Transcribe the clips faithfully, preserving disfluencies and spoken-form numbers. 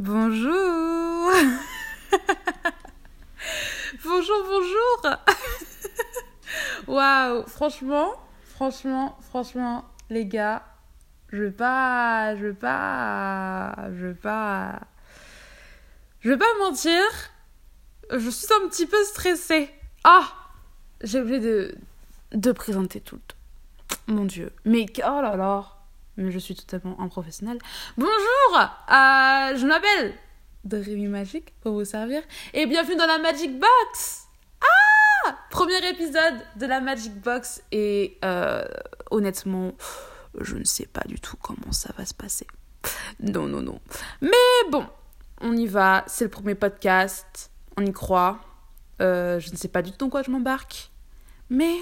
Bonjour. Bonjour, bonjour. Waouh, franchement, franchement, franchement, les gars, je vais pas, je vais pas, je vais pas, je vais pas mentir, je suis un petit peu stressée. Ah, j'ai oublié de, de présenter tout le temps. Mon Dieu, mais oh là là. Mais je suis totalement un professionnel. Bonjour, euh, je m'appelle Dreamy Magic pour vous servir et bienvenue dans la Magic Box. Ah, premier épisode de la Magic Box et euh, honnêtement, je ne sais pas du tout comment ça va se passer. Non, non, non. Mais bon, on y va. C'est le premier podcast. On y croit. Euh, je ne sais pas du tout dans quoi je m'embarque, mais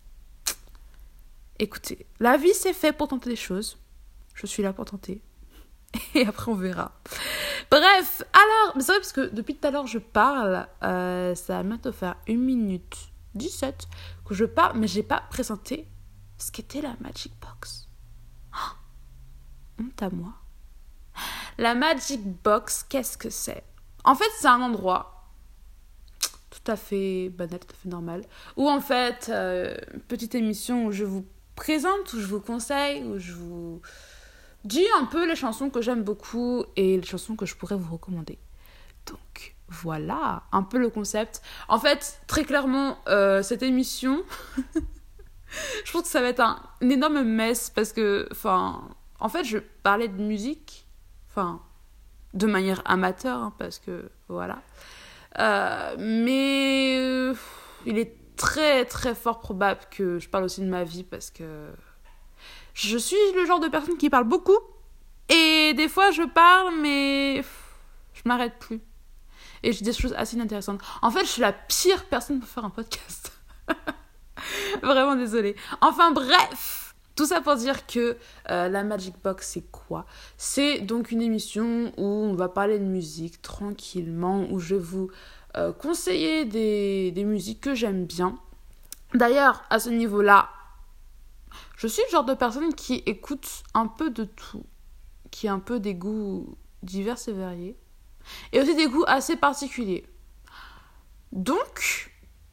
écoutez, la vie c'est fait pour tenter des choses. Je suis là pour tenter. Et après, on verra. Bref, alors, mais c'est vrai parce que depuis tout à l'heure, je parle. Euh, ça va bientôt faire une minute dix-sept que je parle, mais je n'ai pas présenté ce qu'était la Magic Box. Oh, honte à moi. La Magic Box, qu'est-ce que c'est ? En fait, c'est un endroit tout à fait banal, tout à fait normal, où en fait, euh, une petite émission où je vous présente, où je vous conseille, où je vous dis un peu les chansons que j'aime beaucoup et les chansons que je pourrais vous recommander. Donc voilà, un peu le concept. En fait, très clairement, euh, cette émission, je pense que ça va être un, une énorme mess parce que, enfin, en fait, je parlais de musique, enfin, de manière amateur, hein, parce que, voilà. Euh, mais euh, il est très, très fort probable que je parle aussi de ma vie parce que je suis le genre de personne qui parle beaucoup et des fois je parle mais je m'arrête plus et je dis des choses assez inintéressantes. En fait, je suis la pire personne pour faire un podcast. Vraiment désolée. Enfin bref, tout ça pour dire que euh, la Magic Box c'est quoi ? C'est donc une émission où on va parler de musique tranquillement, où je vais vous euh, conseiller des, des musiques que j'aime bien. D'ailleurs, à ce niveau-là, je suis le genre de personne qui écoute un peu de tout, qui a un peu des goûts divers et variés, et aussi des goûts assez particuliers. Donc,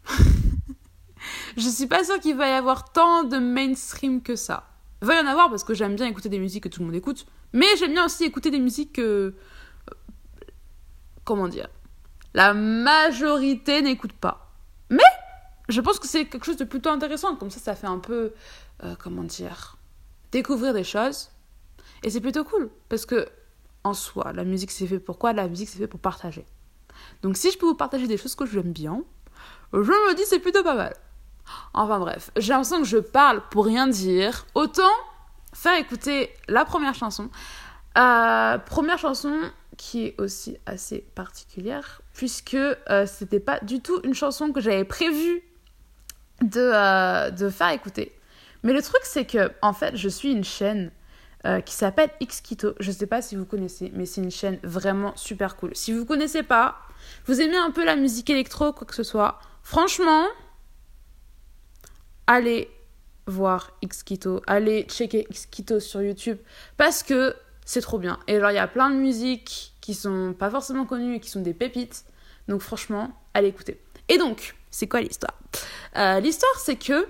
je suis pas sûre qu'il va y avoir tant de mainstream que ça. Il va y en avoir parce que j'aime bien écouter des musiques que tout le monde écoute, mais j'aime bien aussi écouter des musiques que... Comment dire ? La majorité n'écoute pas. Mais je pense que c'est quelque chose de plutôt intéressant, comme ça, ça fait un peu... Euh, comment dire, découvrir des choses et c'est plutôt cool parce que en soi la musique c'est fait pour quoi ? La musique c'est fait pour partager, donc si je peux vous partager des choses que j'aime bien, je me dis c'est plutôt pas mal. Enfin bref, j'ai l'impression que je parle pour rien dire. Autant faire écouter la première chanson, euh, première chanson qui est aussi assez particulière puisque euh, c'était pas du tout une chanson que j'avais prévu de, euh, de faire écouter. Mais le truc, c'est que, en fait, je suis une chaîne euh, qui s'appelle Xkito. Je ne sais pas si vous connaissez, mais c'est une chaîne vraiment super cool. Si vous ne connaissez pas, vous aimez un peu la musique électro, quoi que ce soit, franchement, allez voir Xkito. Allez checker Xkito sur YouTube parce que c'est trop bien. Et genre, il y a plein de musiques qui sont pas forcément connues et qui sont des pépites. Donc, franchement, allez écouter. Et donc, c'est quoi l'histoire ? euh, L'histoire, c'est que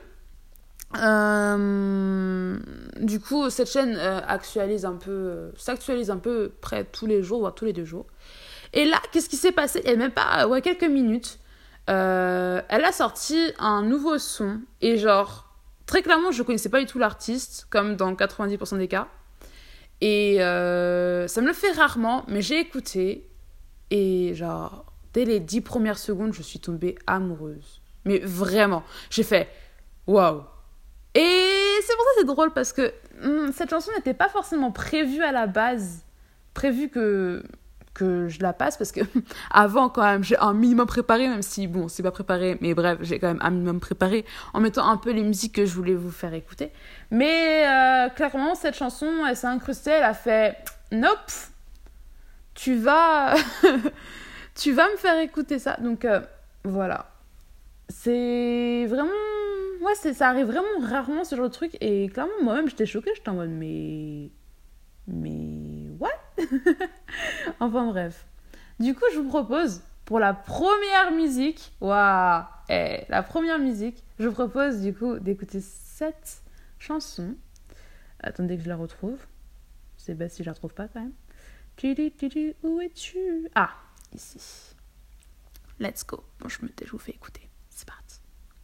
Euh, du coup, cette chaîne euh, actualise un peu, euh, s'actualise un peu près tous les jours, voire tous les deux jours. Et là, qu'est-ce qui s'est passé ? Il y a même pas ouais, quelques minutes, euh, elle a sorti un nouveau son. Et genre, très clairement, je connaissais pas du tout l'artiste, comme dans quatre-vingt-dix pour cent des cas. Et euh, ça me le fait rarement, mais j'ai écouté. Et genre, dès les dix premières secondes, je suis tombée amoureuse. Mais vraiment, j'ai fait waouh! Et c'est pour ça que c'est drôle parce que hum, cette chanson n'était pas forcément prévue à la base, prévue que, que je la passe parce que avant quand même j'ai un minimum préparé, même si bon c'est pas préparé, mais bref j'ai quand même un minimum préparé en mettant un peu les musiques que je voulais vous faire écouter. Mais euh, clairement cette chanson elle s'est incrustée, elle a fait nope, tu vas, tu vas me faire écouter ça. Donc euh, voilà, c'est vraiment... Ouais, c'est, ça arrive vraiment rarement ce genre de truc et clairement moi-même j'étais choquée, j'étais en mode mais... Mais... What ? Enfin bref. Du coup, je vous propose, pour la première musique, waouh, eh, la première musique, je vous propose du coup d'écouter cette chanson. Attendez que je la retrouve. C'est bête si je la retrouve pas quand même. Où es-tu? Ah, ici. Let's go. Bon, je me tais, je vous fais écouter. C'est parti.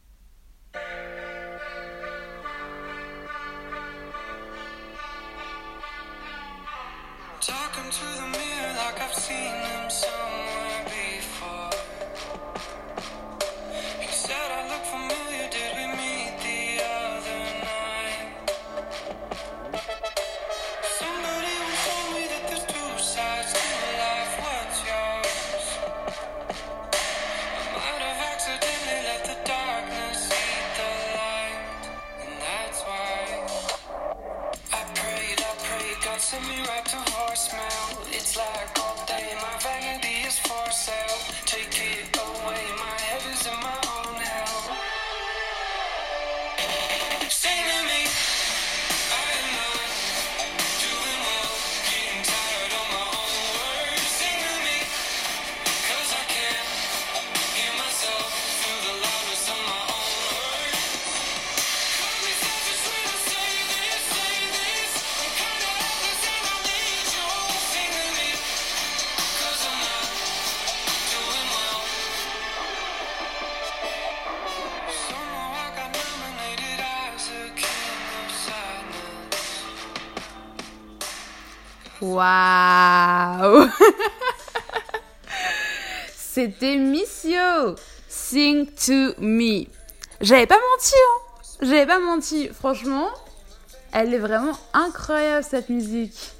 Talking to the mirror like I've seen him somewhere before. He said I look familiar, did we meet the other night? Somebody once told me that there's two sides to life, what's yours? I might have accidentally let the darkness eat the light, and that's why I prayed, I prayed, God sent me right to voicemail. It's like all day, my vanity is for sale. Take it away, my head is in my own hell. Sing to me, I am not doing well, getting tired of my own words. Sing to me, cause I can't hear myself through the loudness of my own words. Call me selfish when I say this, say this. I'm kinda helpless and I need you. Sing to me, cause I'm not doing well. Somehow I got nominated as a king of sadness. Waouh. C'était Missio, Sing to Me. J'avais pas menti, hein. J'avais pas menti. Franchement, elle est vraiment incroyable cette musique.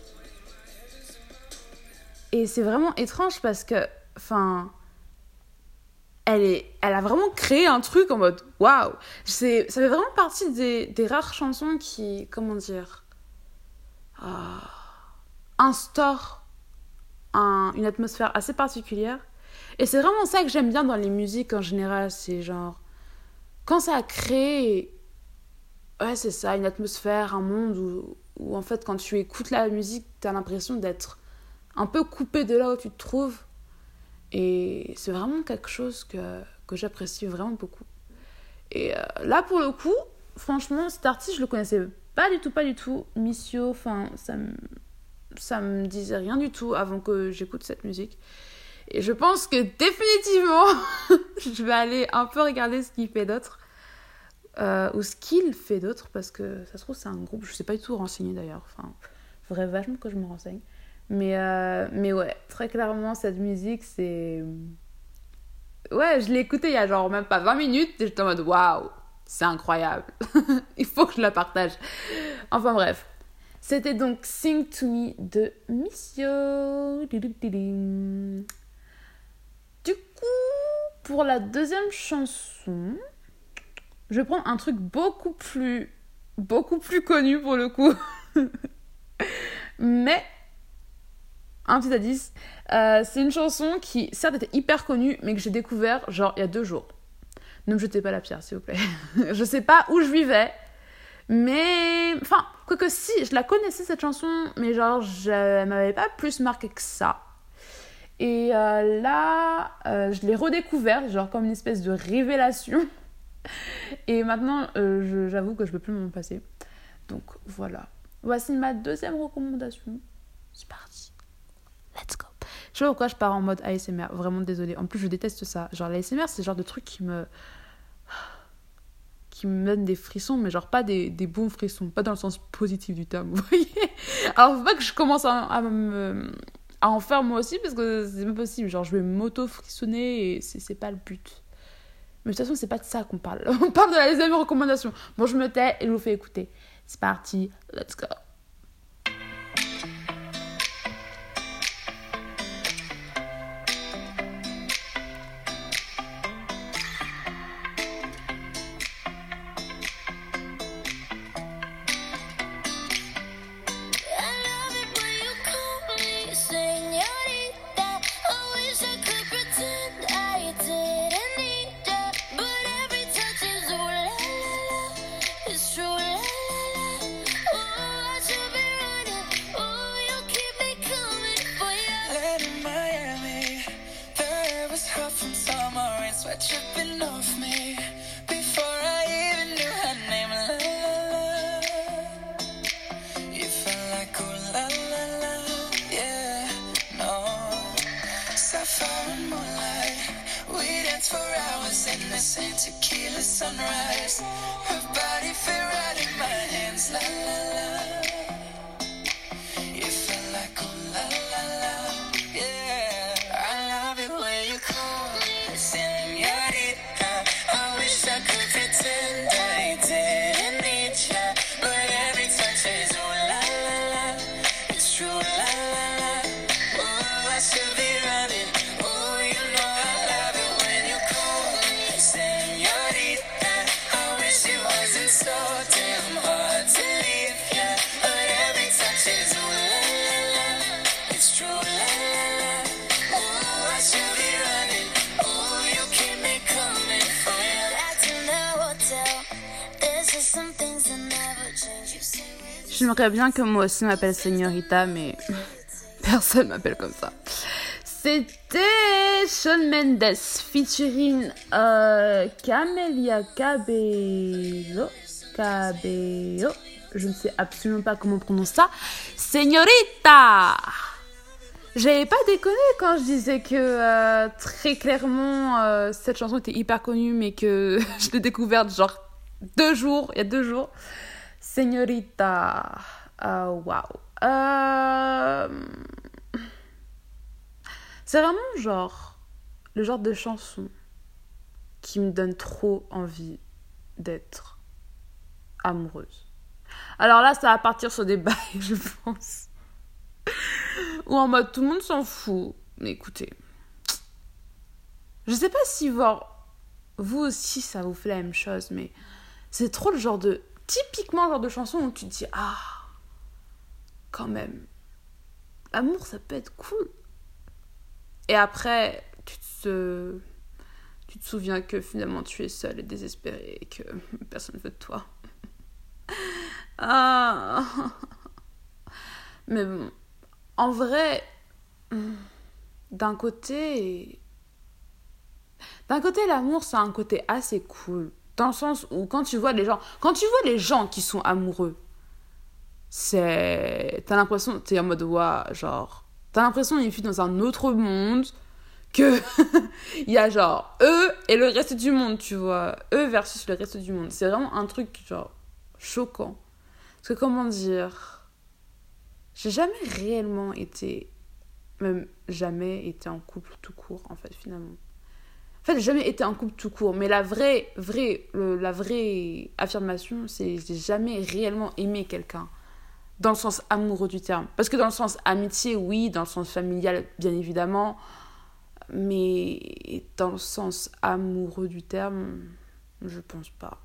Et c'est vraiment étrange parce que, enfin, elle est, elle a vraiment créé un truc en mode waouh. C'est, ça fait vraiment partie des, des rares chansons qui, comment dire, ah, instaurent un, une atmosphère assez particulière. Et c'est vraiment ça que j'aime bien dans les musiques en général. C'est genre, quand ça a créé, ouais, c'est ça, une atmosphère, un monde où, où en fait, quand tu écoutes la musique, t'as l'impression d'être un peu coupé de là où tu te trouves. Et c'est vraiment quelque chose que, que j'apprécie vraiment beaucoup. Et euh, là, pour le coup, franchement, cet artiste, je le connaissais pas du tout, pas du tout. Missio, enfin, ça me, ça me disait rien du tout avant que j'écoute cette musique. Et je pense que définitivement, je vais aller un peu regarder ce qu'il fait d'autre. Euh, ou ce qu'il fait d'autre, parce que ça se trouve, c'est un groupe, je sais pas du tout renseigner d'ailleurs. Enfin, il faudrait vachement que je me renseigne. Mais, euh, mais ouais, très clairement, cette musique, c'est... Ouais, je l'ai écoutée il y a genre même pas vingt minutes et j'étais en mode waouh, c'est incroyable. Il faut que je la partage. Enfin bref. C'était donc Sing to Me de Missio. Du coup, pour la deuxième chanson, je vais prendre un truc beaucoup plus, beaucoup plus connu pour le coup. Mais, un petit indice, euh, c'est une chanson qui, certes, était hyper connue, mais que j'ai découvert, genre, il y a deux jours. Ne me jetez pas la pierre, s'il vous plaît. Je sais pas où je vivais, mais... Enfin, quoique si, je la connaissais, cette chanson, mais genre, je m'avais pas plus marqué que ça. Et euh, là, euh, je l'ai redécouverte, genre, comme une espèce de révélation. Et maintenant, euh, je, j'avoue que je peux plus m'en passer. Donc, voilà. Voici ma deuxième recommandation. C'est parti. Let's go. Je sais pas pourquoi je pars en mode A S M R. Vraiment désolée. En plus, je déteste ça. Genre, l'A S M R, c'est le genre de truc qui me... qui me donne des frissons, mais genre pas des, des bons frissons. Pas dans le sens positif du terme, vous voyez. Alors, faut pas que je commence à, à, me, à en faire moi aussi, parce que c'est pas possible. Genre, je vais m'auto-frissonner et c'est, c'est pas le but. Mais de toute façon, c'est pas de ça qu'on parle. On parle de la deuxième recommandation. Bon, je me tais et je vous fais écouter. C'est parti. Let's go. It's true, la la la. Oh, tripping off me before I even knew her name. La la la, you felt like oh la la la, yeah, no. Sapphire and moonlight, we danced for hours in the same tequila sunrise. Her body fit right in my hands. La la la, you felt like oh la la la, yeah. I love it when you call me señorita. I wish I could pretend I didn't need ya, but every touch is oh la la la. It's true la la la. Oh, I should be running. Oh, you know I love it when you call me señorita. I wish it wasn't so damn hard to leave ya, but every touch is oh la la la. It's true la la la. Oh, I should be running. Oh, you keep me coming for you. Back in the hotel, there's just some things that never change. You say we're J'aimerais bien que moi aussi on m'appelle Señorita, mais personne m'appelle comme ça. C'était Shawn Mendes featuring euh, Camelia Cabello. Cabello. Je ne sais absolument pas comment on prononce ça. Señorita. J'avais pas déconné quand je disais que euh, très clairement euh, cette chanson était hyper connue, mais que je l'ai découverte genre deux jours, il y a deux jours. Señorita. Euh, Waouh. Euh... C'est vraiment genre le genre de chanson qui me donne trop envie d'être amoureuse. Alors là, ça va partir sur des bails, je pense. Ou en mode tout le monde s'en fout. Mais écoutez, je sais pas si genre, vous aussi ça vous fait la même chose, mais c'est trop le genre de typiquement le genre de chanson où tu te dis ah quand même l'amour ça peut être cool. Et après tu te tu te souviens que finalement tu es seule et désespérée et que personne ne veut de toi. Ah. Mais bon, en vrai, d'un côté, d'un côté, l'amour, c'est un côté assez cool. Dans le sens où quand tu vois les gens, quand tu vois les gens qui sont amoureux, c'est, t'as l'impression, t'es en mode ouah, genre, t'as l'impression qu'ils vivent dans un autre monde, que il y a genre eux et le reste du monde, tu vois, eux versus le reste du monde. C'est vraiment un truc genre choquant. Parce que comment dire, j'ai jamais réellement été, même jamais été en couple tout court, en fait, finalement. En fait, j'ai jamais été en couple tout court, mais la vraie, vraie, le, la vraie affirmation, c'est que j'ai jamais réellement aimé quelqu'un, dans le sens amoureux du terme. Parce que dans le sens amitié, oui, dans le sens familial, bien évidemment, mais dans le sens amoureux du terme, je pense pas.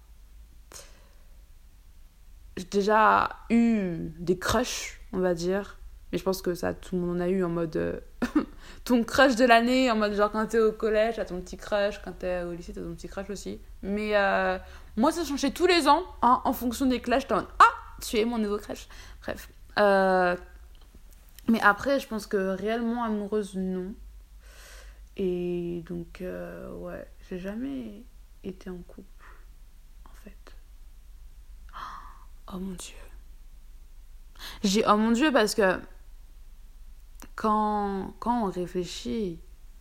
J'ai déjà eu des crushs, on va dire. Mais je pense que ça, tout le monde en a eu en mode... Euh, ton crush de l'année, en mode genre quand t'es au collège, t'as ton petit crush. Quand t'es au lycée, t'as ton petit crush aussi. Mais euh, moi, ça changeait tous les ans. Hein, en fonction des clashs, t'es en mode... Ah, tu es mon nouveau crush. Bref. Euh, mais après, je pense que réellement amoureuse, non. Et donc, euh, ouais, j'ai jamais été en couple. Oh mon Dieu. J'ai oh mon Dieu parce que quand, quand on réfléchit,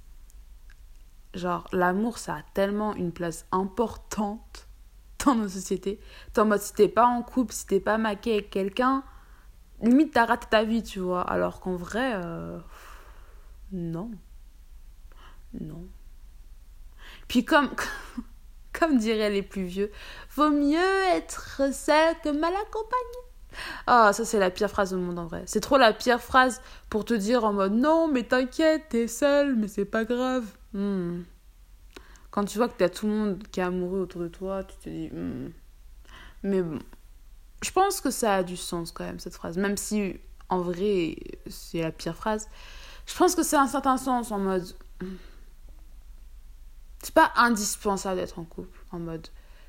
genre l'amour ça a tellement une place importante dans nos sociétés. T'es en mode si t'es pas en couple, si t'es pas maqué avec quelqu'un, limite t'as raté ta vie, tu vois. Alors qu'en vrai, euh, non. Non. Puis comme... Comme diraient les plus vieux, vaut mieux être seul que mal accompagné. Ah, oh, ça c'est la pire phrase au monde en vrai. C'est trop la pire phrase pour te dire en mode non, mais t'inquiète, t'es seul, mais c'est pas grave. Hmm. Quand tu vois que t'as tout le monde qui est amoureux autour de toi, tu te dis. Hmm. Mais bon, je pense que ça a du sens quand même cette phrase, même si en vrai c'est la pire phrase. Je pense que c'est un certain sens en mode. C'est pas indispensable d'être en couple, en mode...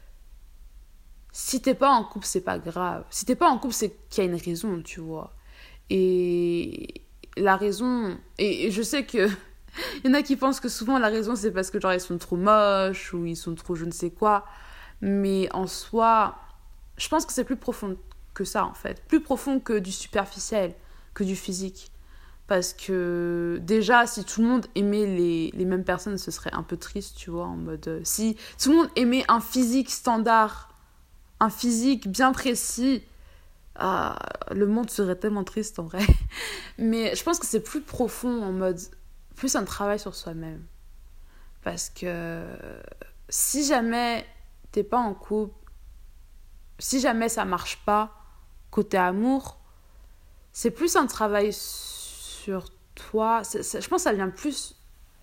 Si t'es pas en couple, c'est pas grave. Si t'es pas en couple, c'est qu'il y a une raison, tu vois. Et la raison... Et je sais que Il y en a qui pensent que souvent la raison c'est parce que genre ils sont trop moches ou ils sont trop je ne sais quoi. Mais en soi, je pense que c'est plus profond que ça en fait. Plus profond que du superficiel, que du physique. Parce que déjà, si tout le monde aimait les, les mêmes personnes, ce serait un peu triste, tu vois, en mode... euh, si tout le monde aimait un physique standard, un physique bien précis, ah, le monde serait tellement triste en vrai. Mais je pense que c'est plus profond en mode... Plus un travail sur soi-même. Parce que si jamais t'es pas en couple, si jamais ça marche pas, côté amour, c'est plus un travail sur toi. C'est, c'est, je pense que ça vient plus...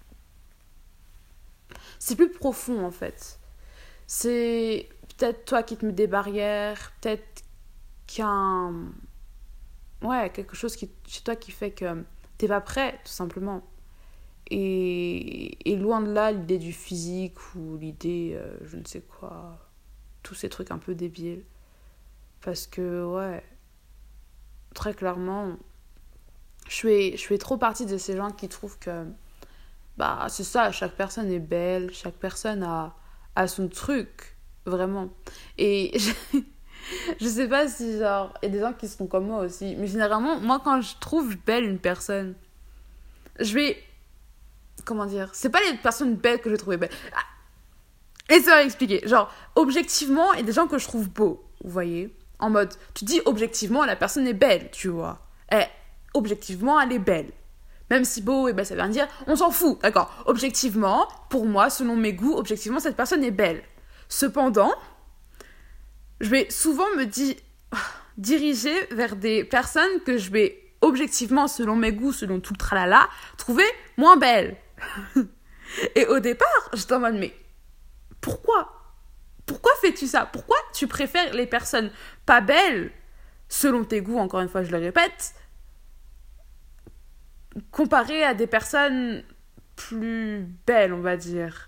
C'est plus profond en fait. C'est peut-être toi qui te mets des barrières, peut-être qu'un... Ouais, quelque chose qui, chez toi qui fait que t'es pas prêt, tout simplement. Et, et loin de là, l'idée du physique ou l'idée, euh, je ne sais quoi, tous ces trucs un peu débiles. Parce que, ouais, très clairement, je fais, je fais trop partie de ces gens qui trouvent que, bah, c'est ça, chaque personne est belle, chaque personne a, a son truc, vraiment. Et je, je sais pas si, genre, il y a des gens qui seront comme moi aussi, mais généralement, moi, quand je trouve belle une personne, je vais... Comment dire, c'est pas les personnes belles que je trouvais belles. Ah, laissez-moi expliquer. Genre, objectivement, il y a des gens que je trouve beaux, vous voyez. En mode, tu dis objectivement, la personne est belle, tu vois. Et, objectivement, elle est belle. Même si beau, et ben, ça veut dire, on s'en fout, d'accord. Objectivement, pour moi, selon mes goûts, objectivement, cette personne est belle. Cependant, je vais souvent me di- diriger vers des personnes que je vais, objectivement, selon mes goûts, selon tout le tralala, trouver moins belles. Et au départ, j'étais en mode, mais pourquoi Pourquoi fais-tu ça? Pourquoi tu préfères les personnes pas belles, selon tes goûts, encore une fois, je le répète, comparées à des personnes plus belles, on va dire.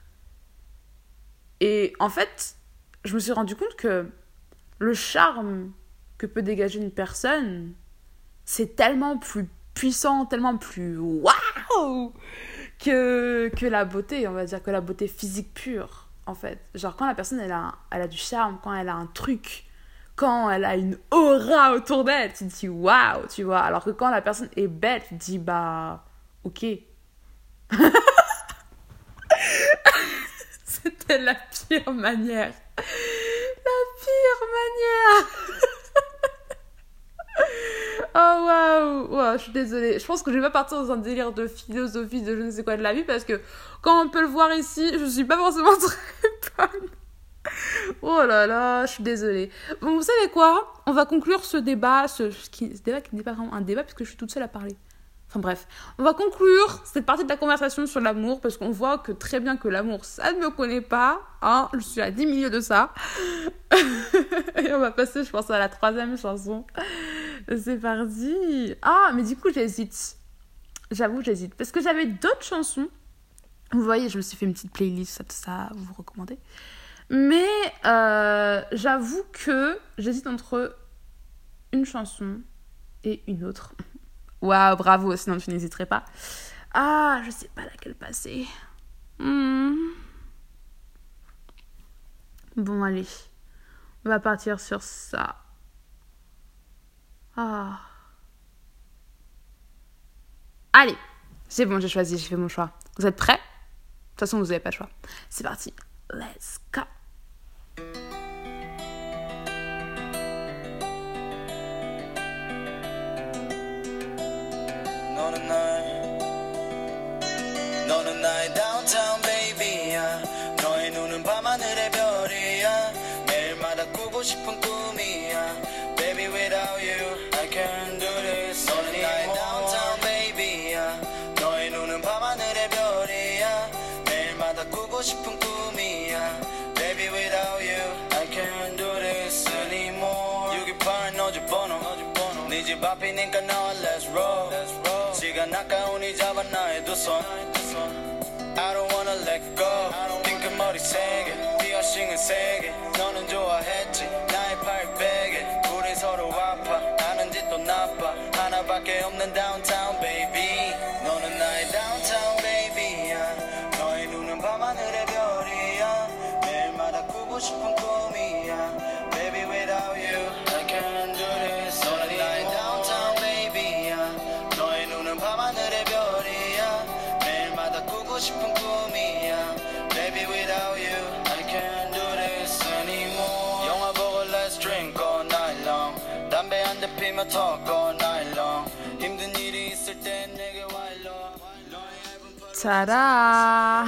Et en fait, je me suis rendu compte que le charme que peut dégager une personne, c'est tellement plus puissant, tellement plus waouh que, que la beauté, on va dire, que la beauté physique pure, en fait. Genre, quand la personne, elle a, elle a du charme, quand elle a un truc, quand elle a une aura autour d'elle, tu te dis waouh, tu vois. Alors que quand la personne est belle, tu te dis bah, ok. C'était la pire manière. La pire manière. Oh waouh, wow, je suis désolée. Je pense que je vais pas partir dans un délire de philosophie de je ne sais quoi de la vie parce que quand on peut le voir ici, je suis pas forcément très bonne. Oh là là, je suis désolée. Bon, vous savez quoi? On va conclure ce débat, ce, ce, qui, ce débat qui n'est pas vraiment un débat puisque je suis toute seule à parler. Enfin bref, on va conclure cette partie de la conversation sur l'amour parce qu'on voit que très bien que l'amour, ça ne me connaît pas. Hein, je suis à dix milieux de ça. Et on va passer, je pense, à la troisième chanson. C'est parti. Ah, mais du coup, j'hésite. J'avoue, j'hésite. Parce que j'avais d'autres chansons. Vous voyez, je me suis fait une petite playlist, ça, tout ça, vous vous recommandez. Mais euh, j'avoue que j'hésite entre une chanson et une autre. Waouh, bravo, sinon tu n'hésiterais pas. Ah, je sais pas laquelle passer. Hmm. Bon, allez. On va partir sur ça. Ah. Allez, c'est bon, j'ai choisi, j'ai fait mon choix. Vous êtes prêts? De toute façon, vous n'avez pas le choix. C'est parti. Let's go. 너는 나의 너는 나의 downtown baby야. 너의 눈은 밤하늘의 별이야. 매일마다 꾸고 싶은 꿈이야. Baby without you I can't do this. 너는 나의 downtown baby야. 너의 눈은 밤하늘의 별이야. 매일마다 꾸고 싶은 꿈이야. Baby without you I can't do this anymore. 육이팔 너 집 번호 네 집 앞이니까 나와 let's roll. 시간 아까우니 잡아 나의 두 손. I don't wanna let go. 핑크머리 세게 피어싱은 세게 너는 좋아했지 나의 팔 베개. 우린 서로 아파 아는 짓도 나빠 하나밖에 없는 downtown baby. 너는 나의 downtown baby. 잡히며 talk all night long 힘든 일이 있을 땐 내게 와 일러 Ta-da!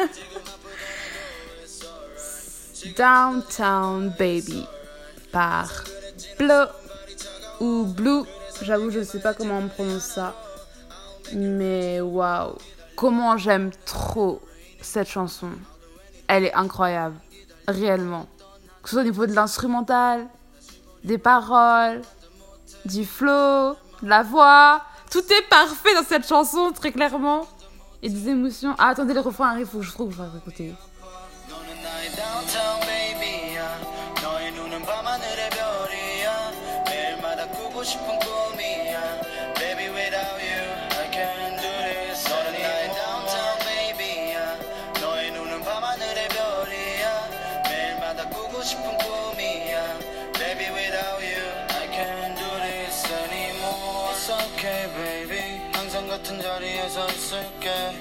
Downtown Baby par Bleu ou Blue. J'avoue, je ne sais pas comment on prononce ça. Mais waouh! Comment j'aime trop cette chanson. Elle est incroyable. Réellement. Que ce soit au niveau de l'instrumental, des paroles, du flow, de la voix. Tout est parfait dans cette chanson, très clairement. Et des émotions. Ah, attendez, le refrain arrive, faut que je trouve, je vais écouter. 너는 나의 downtown baby야 너의 눈은 밤하늘의 별이야 매일마다 꾸고 싶은 꿈이야 Baby without you I can't do this 너는 나의 downtown baby야 너의 눈은 밤하늘의 별이야 매일마다 꾸고 싶은 꿈이야 Baby without you I can't do this anymore It's okay baby 항상 같은 자리에서 있을게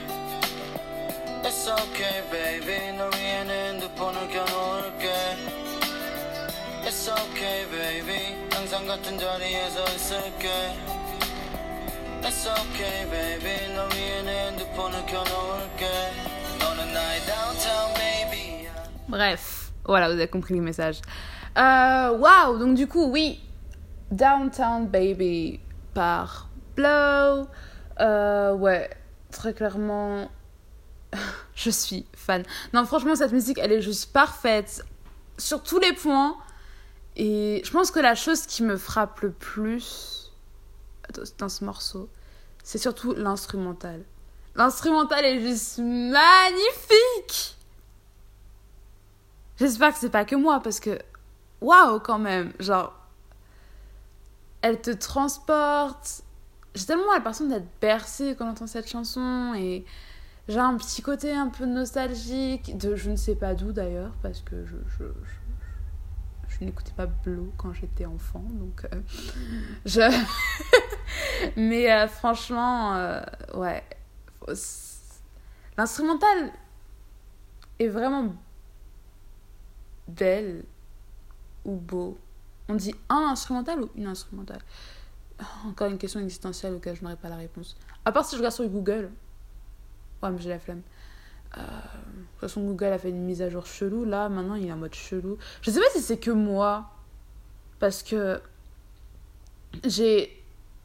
It's okay baby 널 위해 내 핸드폰을 켜놓을게 It's okay baby 항상 같은 자리에서 있을게 It's okay baby 널 위해 내 핸드폰을 켜놓을게 너는 나의 downtown baby Bref, voilà, vous avez compris le message. Euh, Waouh, donc du coup, oui, Downtown Baby par Blow. Euh, ouais, très clairement, je suis fan. Non, franchement, cette musique, elle est juste parfaite sur tous les points. Et je pense que la chose qui me frappe le plus dans ce morceau, c'est surtout l'instrumental. L'instrumental est juste magnifique. J'espère que c'est pas que moi, parce que waouh, quand même, genre, elle te transporte. J'ai tellement l'impression d'être bercée quand j'entends cette chanson, et j'ai un petit côté un peu nostalgique, de je ne sais pas d'où d'ailleurs, parce que je, je, je, je n'écoutais pas Blow quand j'étais enfant, donc euh, je... Mais euh, franchement, euh, ouais, l'instrumental est vraiment belle ou beau. On dit un instrumental ou une instrumentale? Encore une question existentielle auquel je n'aurai pas la réponse. À part si je regarde sur Google. Ouais, mais j'ai la flemme. Euh, de toute façon, Google a fait une mise à jour chelou. Là, maintenant, il est en mode chelou. Je sais pas si c'est que moi. Parce que j'ai...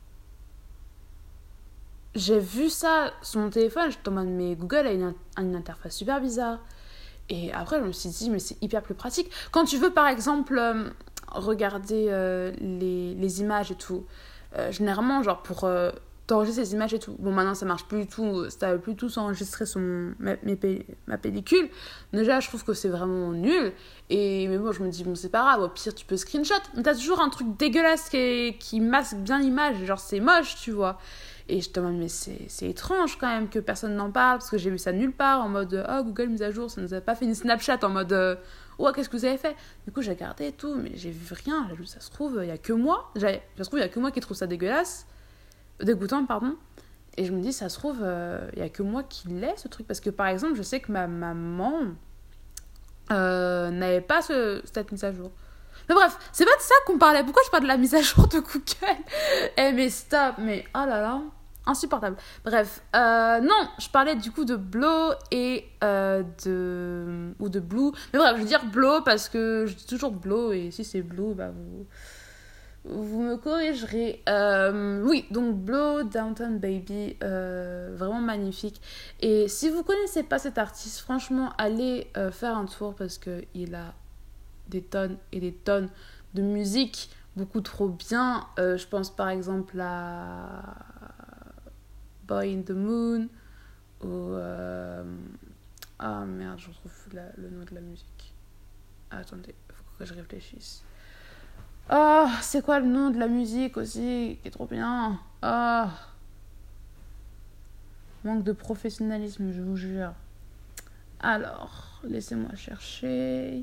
J'ai vu ça sur mon téléphone. J'étais en mode, mais Google a une, une interface super bizarre. Et après, je me suis dit, mais c'est hyper plus pratique. Quand tu veux, par exemple, euh, regarder euh, les, les images et tout, euh, généralement, genre pour euh, t'enregistrer ces images et tout. Bon, maintenant, ça marche plus du tout. Ça veut plus tout s'enregistrer sur mon, ma, mes, ma pellicule. Déjà, je trouve que c'est vraiment nul. Et, mais bon, je me dis, bon, c'est pas grave. Au pire, tu peux screenshot. Mais t'as toujours un truc dégueulasse qui, est, qui masque bien l'image. Genre, c'est moche, tu vois. Et je te demande, mais c'est, c'est étrange quand même que personne n'en parle, parce que j'ai vu ça nulle part, en mode, oh, Google mise à jour, ça nous a pas fait une Snapchat en mode, oh, qu'est-ce que vous avez fait? Du coup, j'ai regardé et tout, mais j'ai vu rien. Ça se trouve, il y a que moi. Ça se trouve, il y a que moi qui trouve ça dégueulasse. Dégoûtant, pardon. Et je me dis, ça se trouve, il euh, y a que moi qui l'ai, ce truc. Parce que, par exemple, je sais que ma maman euh, n'avait pas ce, cette mise à jour. Mais bref, c'est pas de ça qu'on parlait. Pourquoi je parle de la mise à jour de Google? Eh, mais stop, mais oh là là. Insupportable. Bref, euh, non, je parlais du coup de Blow et euh, de... ou de Blue. Mais bref, je veux dire Blow parce que je dis toujours Blow et si c'est Blue, bah vous... Vous me corrigerez. Euh, oui, donc Blow, Downtown Baby, euh, vraiment magnifique. Et si vous connaissez pas cet artiste, franchement, allez euh, faire un tour parce qu'il a des tonnes et des tonnes de musique beaucoup trop bien. Euh, je pense par exemple à Boy in the Moon ou... Euh... Ah merde, je retrouve la, le nom de la musique. Ah, attendez, il faut que je réfléchisse. Ah, oh, c'est quoi le nom de la musique aussi qui est trop bien? Ah, oh. Manque de professionnalisme, je vous jure. Alors, laissez-moi chercher.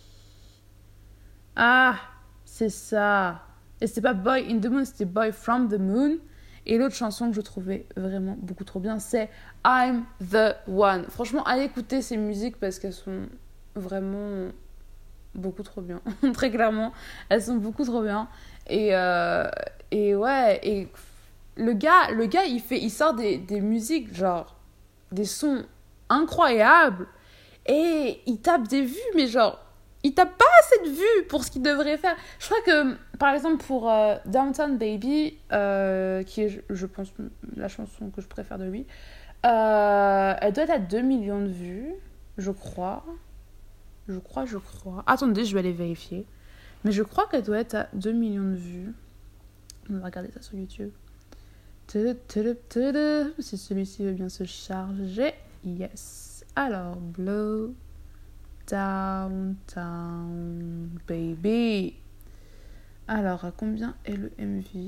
Ah, c'est ça. Et c'était pas Boy in the Moon, c'était Boy from the Moon. Et l'autre chanson que je trouvais vraiment beaucoup trop bien, c'est I'm the One. Franchement, allez écouter ces musiques parce qu'elles sont vraiment beaucoup trop bien. Très clairement, elles sont beaucoup trop bien. Et, euh, et ouais, et le gars, le gars il, fait, il sort des, des musiques, genre, des sons incroyables. Et il tape des vues, mais genre, il tape pas assez de vues pour ce qu'il devrait faire. Je crois que, par exemple, pour euh, Downtown Baby, euh, qui est, je, je pense, la chanson que je préfère de lui, euh, elle doit être à deux millions de vues, je crois. Je crois, je crois. Attendez, je vais aller vérifier. Mais je crois qu'elle doit être à deux millions de vues. On va regarder ça sur YouTube. Si celui-ci veut bien se charger. Yes. Alors, Blow Downtown Baby. Alors, à combien est le M V?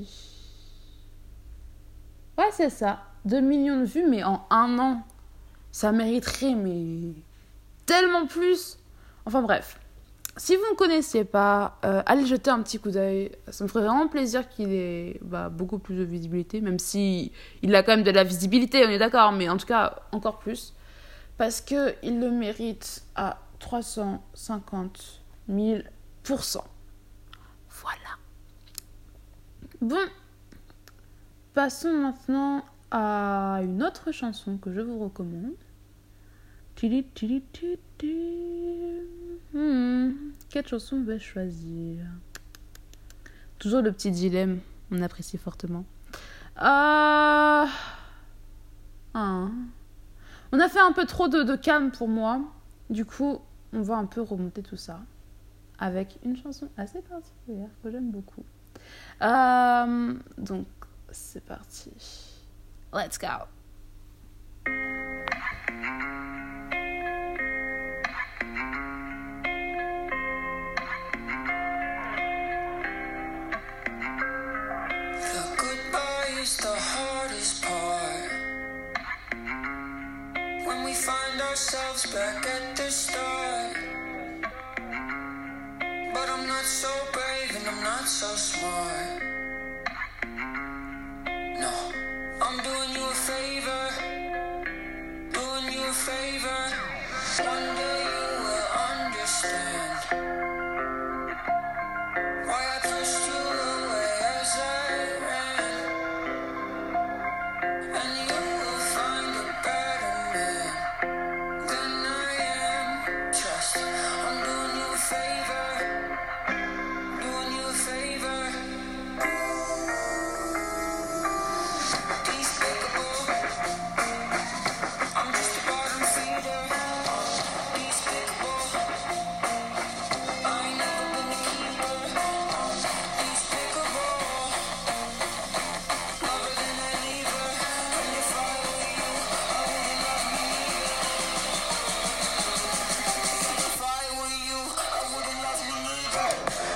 Ouais, c'est ça. deux millions de vues, mais en un an. Ça mériterait, mais tellement plus. Enfin bref. Si vous ne connaissiez pas, euh, allez jeter un petit coup d'œil. Ça me ferait vraiment plaisir qu'il ait bah, beaucoup plus de visibilité, même si il a quand même de la visibilité, on est d'accord, mais en tout cas, encore plus. Parce qu'il le mérite à trois cent cinquante mille pour cent. Voilà. Bon. Passons maintenant à une autre chanson que je vous recommande. Hmm, quelle chanson vais-je choisir? Toujours le petit dilemme, on apprécie fortement. Euh... Ah. On a fait un peu trop de, de calme pour moi. Du coup, on va un peu remonter tout ça avec une chanson assez particulière que j'aime beaucoup. Euh... Donc, c'est parti. Let's go. The hardest part when we find ourselves back at the start. But I'm not so brave and I'm not so smart. No, I'm doing you a favor, doing you a favor. One day you will understand why I pushed you away as I ran. And you will find a better man than I am. Trust, I'm doing you a favor, doing you a favor. Despicable, I'm just a bottom feeder. Despicable, I ain't never been a keeper. Despicable, lover than a leaver. And if I were you, I wouldn't love me neither. If I were you, I wouldn't love me neither.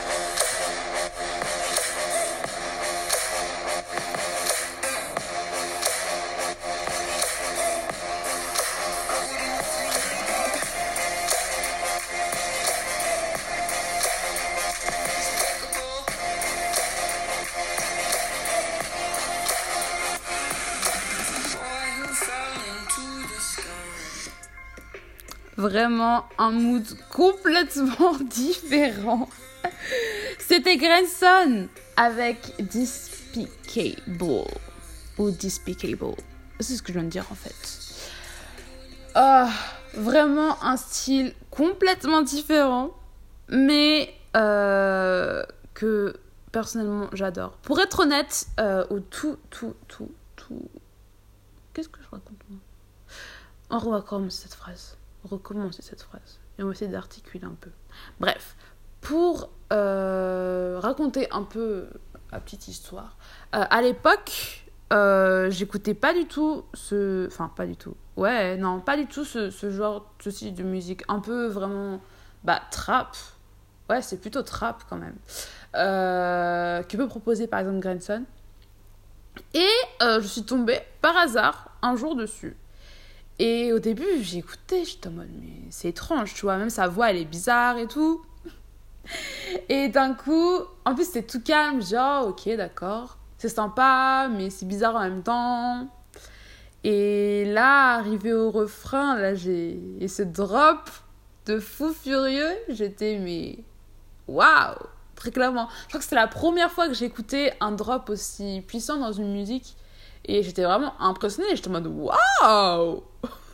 Boy who fell into the sky. Vraiment un mood complètement différent. C'était Grandson avec Despicable. Ou Despicable. C'est ce que je viens de dire en fait. Ah, vraiment un style complètement différent. Mais euh, que personnellement j'adore. Pour être honnête, euh, au tout, tout, tout, tout... Qu'est-ce que je raconte moi? On va recommencer cette phrase. Recommencer cette phrase. Et on va essayer d'articuler un peu. Bref, pour euh, raconter un peu ma petite histoire. Euh, à l'époque, euh, j'écoutais pas du tout ce... Enfin, pas du tout. Ouais, non, pas du tout ce, ce genre, ce style de musique. Un peu vraiment... Bah, trap. Ouais, c'est plutôt trap quand même. Euh, que peut proposer par exemple Grandson. Et euh, je suis tombée par hasard un jour dessus. Et au début, j'ai écouté, j'étais en mode, mais c'est étrange, tu vois, même sa voix, elle est bizarre et tout. Et d'un coup, en plus, c'était tout calme, genre, ok, d'accord, c'est sympa, mais c'est bizarre en même temps. Et là, arrivé au refrain, là, j'ai... Et ce drop, de fou furieux. J'étais, mais waouh, très clairement. Je crois que c'était la première fois que j'écoutais un drop aussi puissant dans une musique. Et j'étais vraiment impressionnée. J'étais en mode waouh.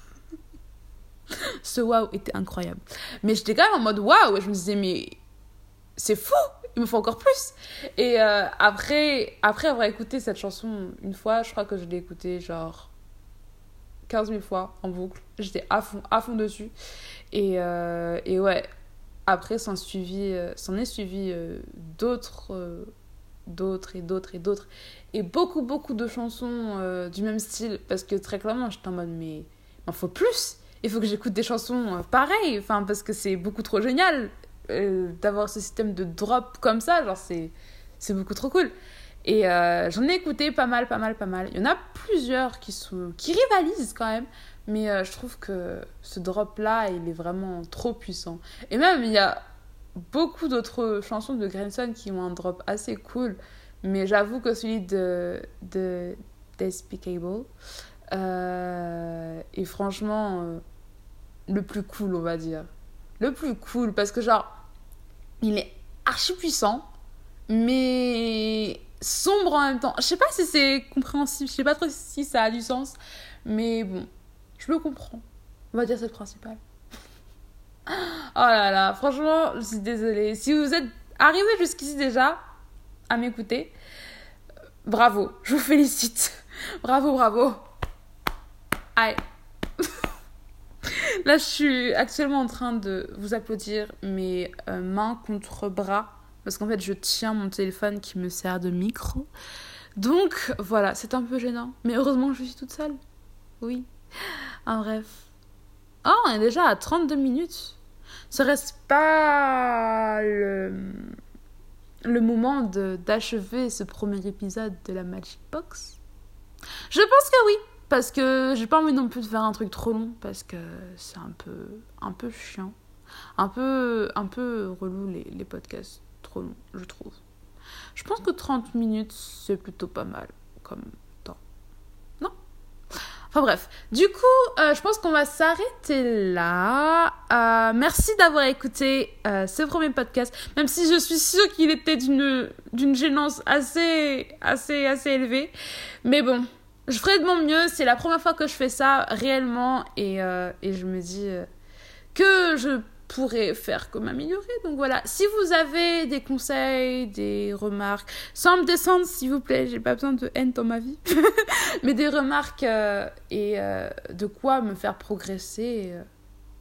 Ce waouh était incroyable. Mais j'étais quand même en mode waouh. Et je me disais, mais c'est fou. Il me faut encore plus. Et euh, après, après avoir écouté cette chanson une fois, je crois que je l'ai écoutée genre quinze mille fois en boucle. J'étais à fond, à fond dessus. Et, euh, et ouais, après, s'en, suivi, euh, s'en est suivi euh, d'autres, euh, d'autres et d'autres et d'autres. Et beaucoup, beaucoup de chansons euh, du même style. Parce que très clairement, j'étais en mode, mais il m'en faut plus. Il faut que j'écoute des chansons euh, pareilles. Enfin, parce que c'est beaucoup trop génial euh, d'avoir ce système de drop comme ça. Genre, c'est, c'est beaucoup trop cool. Et euh, j'en ai écouté pas mal, pas mal, pas mal. Il y en a plusieurs qui, sont, qui rivalisent quand même. Mais euh, je trouve que ce drop-là, il est vraiment trop puissant. Et même, il y a beaucoup d'autres chansons de Grandson qui ont un drop assez cool. Mais j'avoue que celui de, de Despicable euh, est franchement euh, le plus cool, on va dire. Le plus cool, parce que genre, il est archi puissant, mais sombre en même temps. Je sais pas si c'est compréhensible, je sais pas trop si ça a du sens, mais bon. Je le comprends. On va dire c'est le principal. Oh là là, franchement, je suis désolée. Si vous êtes arrivé jusqu'ici déjà à m'écouter, bravo, je vous félicite. Bravo, bravo. Aïe. Là, je suis actuellement en train de vous applaudir mes euh, mains contre bras. Parce qu'en fait, je tiens mon téléphone qui me sert de micro. Donc, voilà, c'est un peu gênant. Mais heureusement, je suis toute seule. Oui. En bref. Oh, on est déjà à trente-deux minutes. Ce reste pas le, le moment de, d'achever ce premier épisode de la Magic Box. Je pense que oui. Parce que j'ai pas envie non plus de faire un truc trop long. Parce que c'est un peu, un peu chiant. Un peu, un peu relou les, les podcasts trop longs, je trouve. Je pense que trente minutes, c'est plutôt pas mal comme temps. Non ? Enfin bref, du coup, euh, je pense qu'on va s'arrêter là. Euh, merci d'avoir écouté euh, ce premier podcast, même si je suis sûre qu'il était d'une, d'une gênance assez, assez, assez élevée. Mais bon, je ferai de mon mieux. C'est la première fois que je fais ça réellement. Et, euh, et je me dis euh, que je pourrais faire que m'améliorer. Donc voilà, si vous avez des conseils, des remarques, sans me descendre s'il vous plaît, j'ai pas besoin de haine dans ma vie, mais des remarques euh, et euh, de quoi me faire progresser, euh,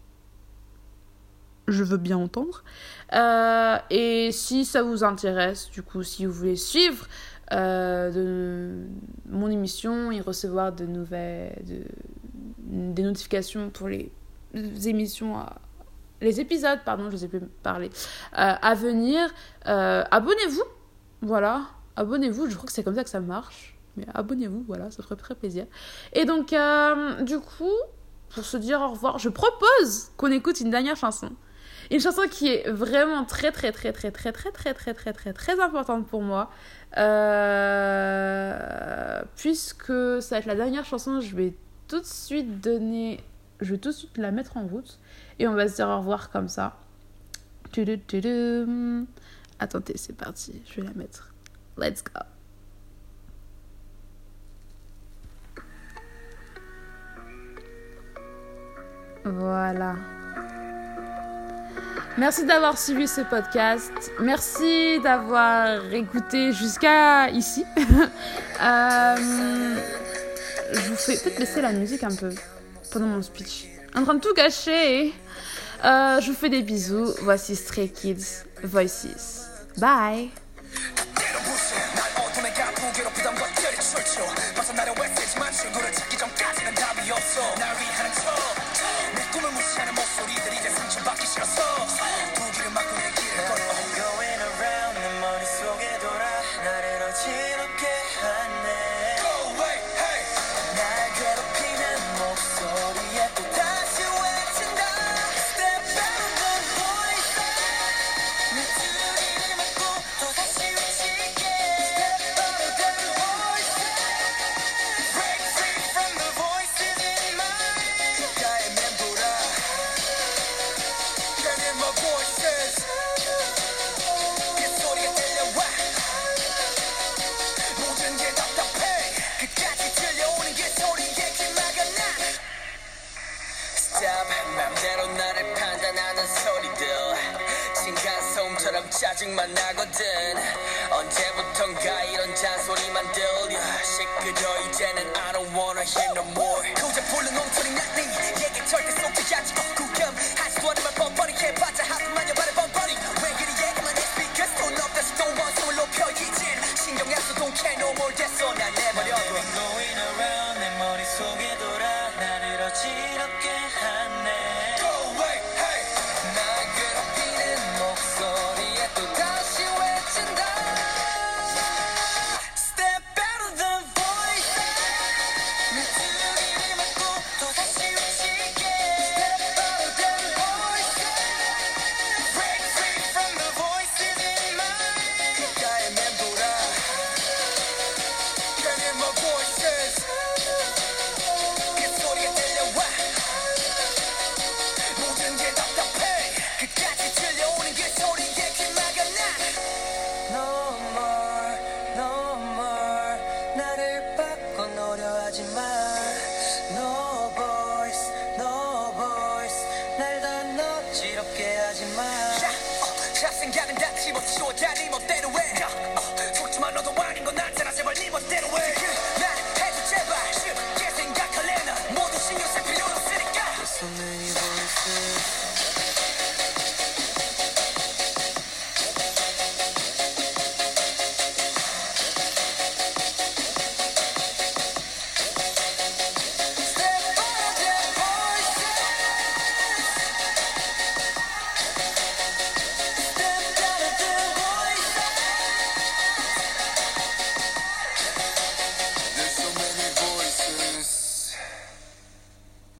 je veux bien entendre. Euh, et si ça vous intéresse, du coup, si vous voulez suivre euh, de mon émission et recevoir de nouvelles, de, des notifications pour les émissions à les épisodes, pardon, je ne sais plus parler, euh, à venir, euh, abonnez-vous, voilà, abonnez-vous, je crois que c'est comme ça que ça marche, mais abonnez-vous, voilà, ça ferait très plaisir. Et donc, euh, du coup, pour se dire au revoir, je propose qu'on écoute une dernière chanson, une chanson qui est vraiment très, très, très, très, très, très, très, très, très, très, très importante pour moi, euh, puisque ça va être la dernière chanson, je vais tout de suite donner, je vais tout de suite la mettre en route. Et on va se dire au revoir comme ça. Attendez, c'est parti. Je vais la mettre. Let's go. Voilà. Merci d'avoir suivi ce podcast. Merci d'avoir écouté jusqu'à ici. euh, je vous fais peut-être laisser la musique un peu pendant mon speech. En train de tout gâcher. Euh, je vous fais des bisous. Voici Stray Kids Voices. Bye. Break free from the voices in my 것처럼 짜증만 나거든 언제부턴가 이런 잔소리만 들려 시끄러 이제는 I don't wanna hear no more 고작 불른 엉터리 난네 얘기 절대 속지 않지 구경하지도 않은 말 뻔뻔히 해봤자 하품하냐 말해 뻔뻔히 왜 이리 얘기만 해 because 돈 없다시 또 원성을 높여 이젠 신경 안 써 don't care no more 됐어 난 내버려둬 going around 내 머릿속에 돌아 나를 어지럽게 하네 Go away hey 날 괴롭히는 목소리에 또 다시 외친다 Step out of the voice 메뚜기를 맞고 또 다시 외칠게 Step out of the voice Break free from the voices in my 귓가에 맴돌아 Hear my voices 그 소리가 들려와 모든 게 답답해 끝까지 들려오는 그 소리에 귀 막아놔 No more, no more 나를 바꿔놓으려 하지 마 No voice, no voice 날 더 너지럽게 하지 마 잡생각은 다 집어치워 다 네 멋대로 해 야, 어, 좋지만 너도 아닌 건 알잖아 제발 네 멋대로 해